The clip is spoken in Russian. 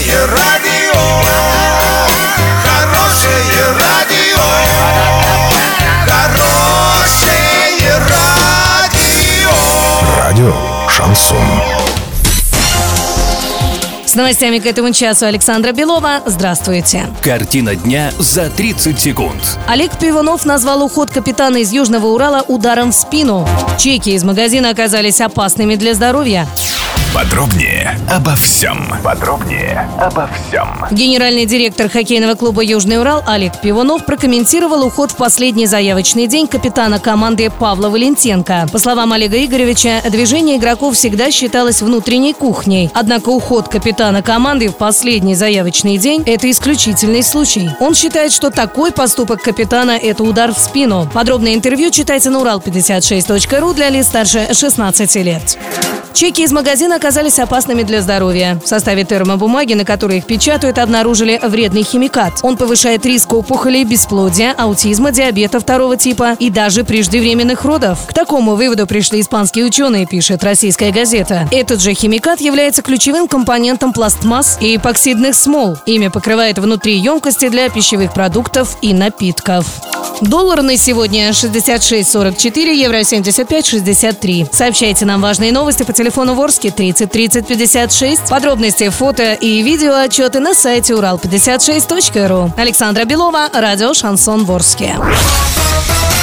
Хорошее радио, хорошее радио, хорошее радио. Радио «Шансон». С новостями к этому часу Александра Белова. Здравствуйте. Картина дня за 30 секунд. Олег Пивунов назвал уход капитана из Южного Урала ударом в спину. Чеки из магазина оказались опасными для здоровья. Подробнее обо всем. Генеральный директор хоккейного клуба «Южный Урал» Олег Пивунов прокомментировал уход в последний заявочный день капитана команды Павла Валентенко. По словам Олега Игоревича, движение игроков всегда считалось внутренней кухней. Однако уход капитана команды в последний заявочный день – это исключительный случай. Он считает, что такой поступок капитана – это удар в спину. Подробное интервью читайте на Урал56.ру для лиц старше 16 лет. Чеки из магазина оказались опасными для здоровья. В составе термобумаги, на которой их печатают, обнаружили вредный химикат. Он повышает риск опухолей, бесплодия, аутизма, диабета 2 типа и даже преждевременных родов. К такому выводу пришли испанские ученые, пишет «Российская газета». Этот же химикат является ключевым компонентом пластмасс и эпоксидных смол. Ими покрывает внутри емкости для пищевых продуктов и напитков. Доллар на сегодня 66.44, евро 75.63. Сообщайте нам важные новости по телефону Ворске 30 30 56. Подробности, фото и видео отчеты на сайте Урал56.ру. Александра Белова, радио «Шансон Ворске».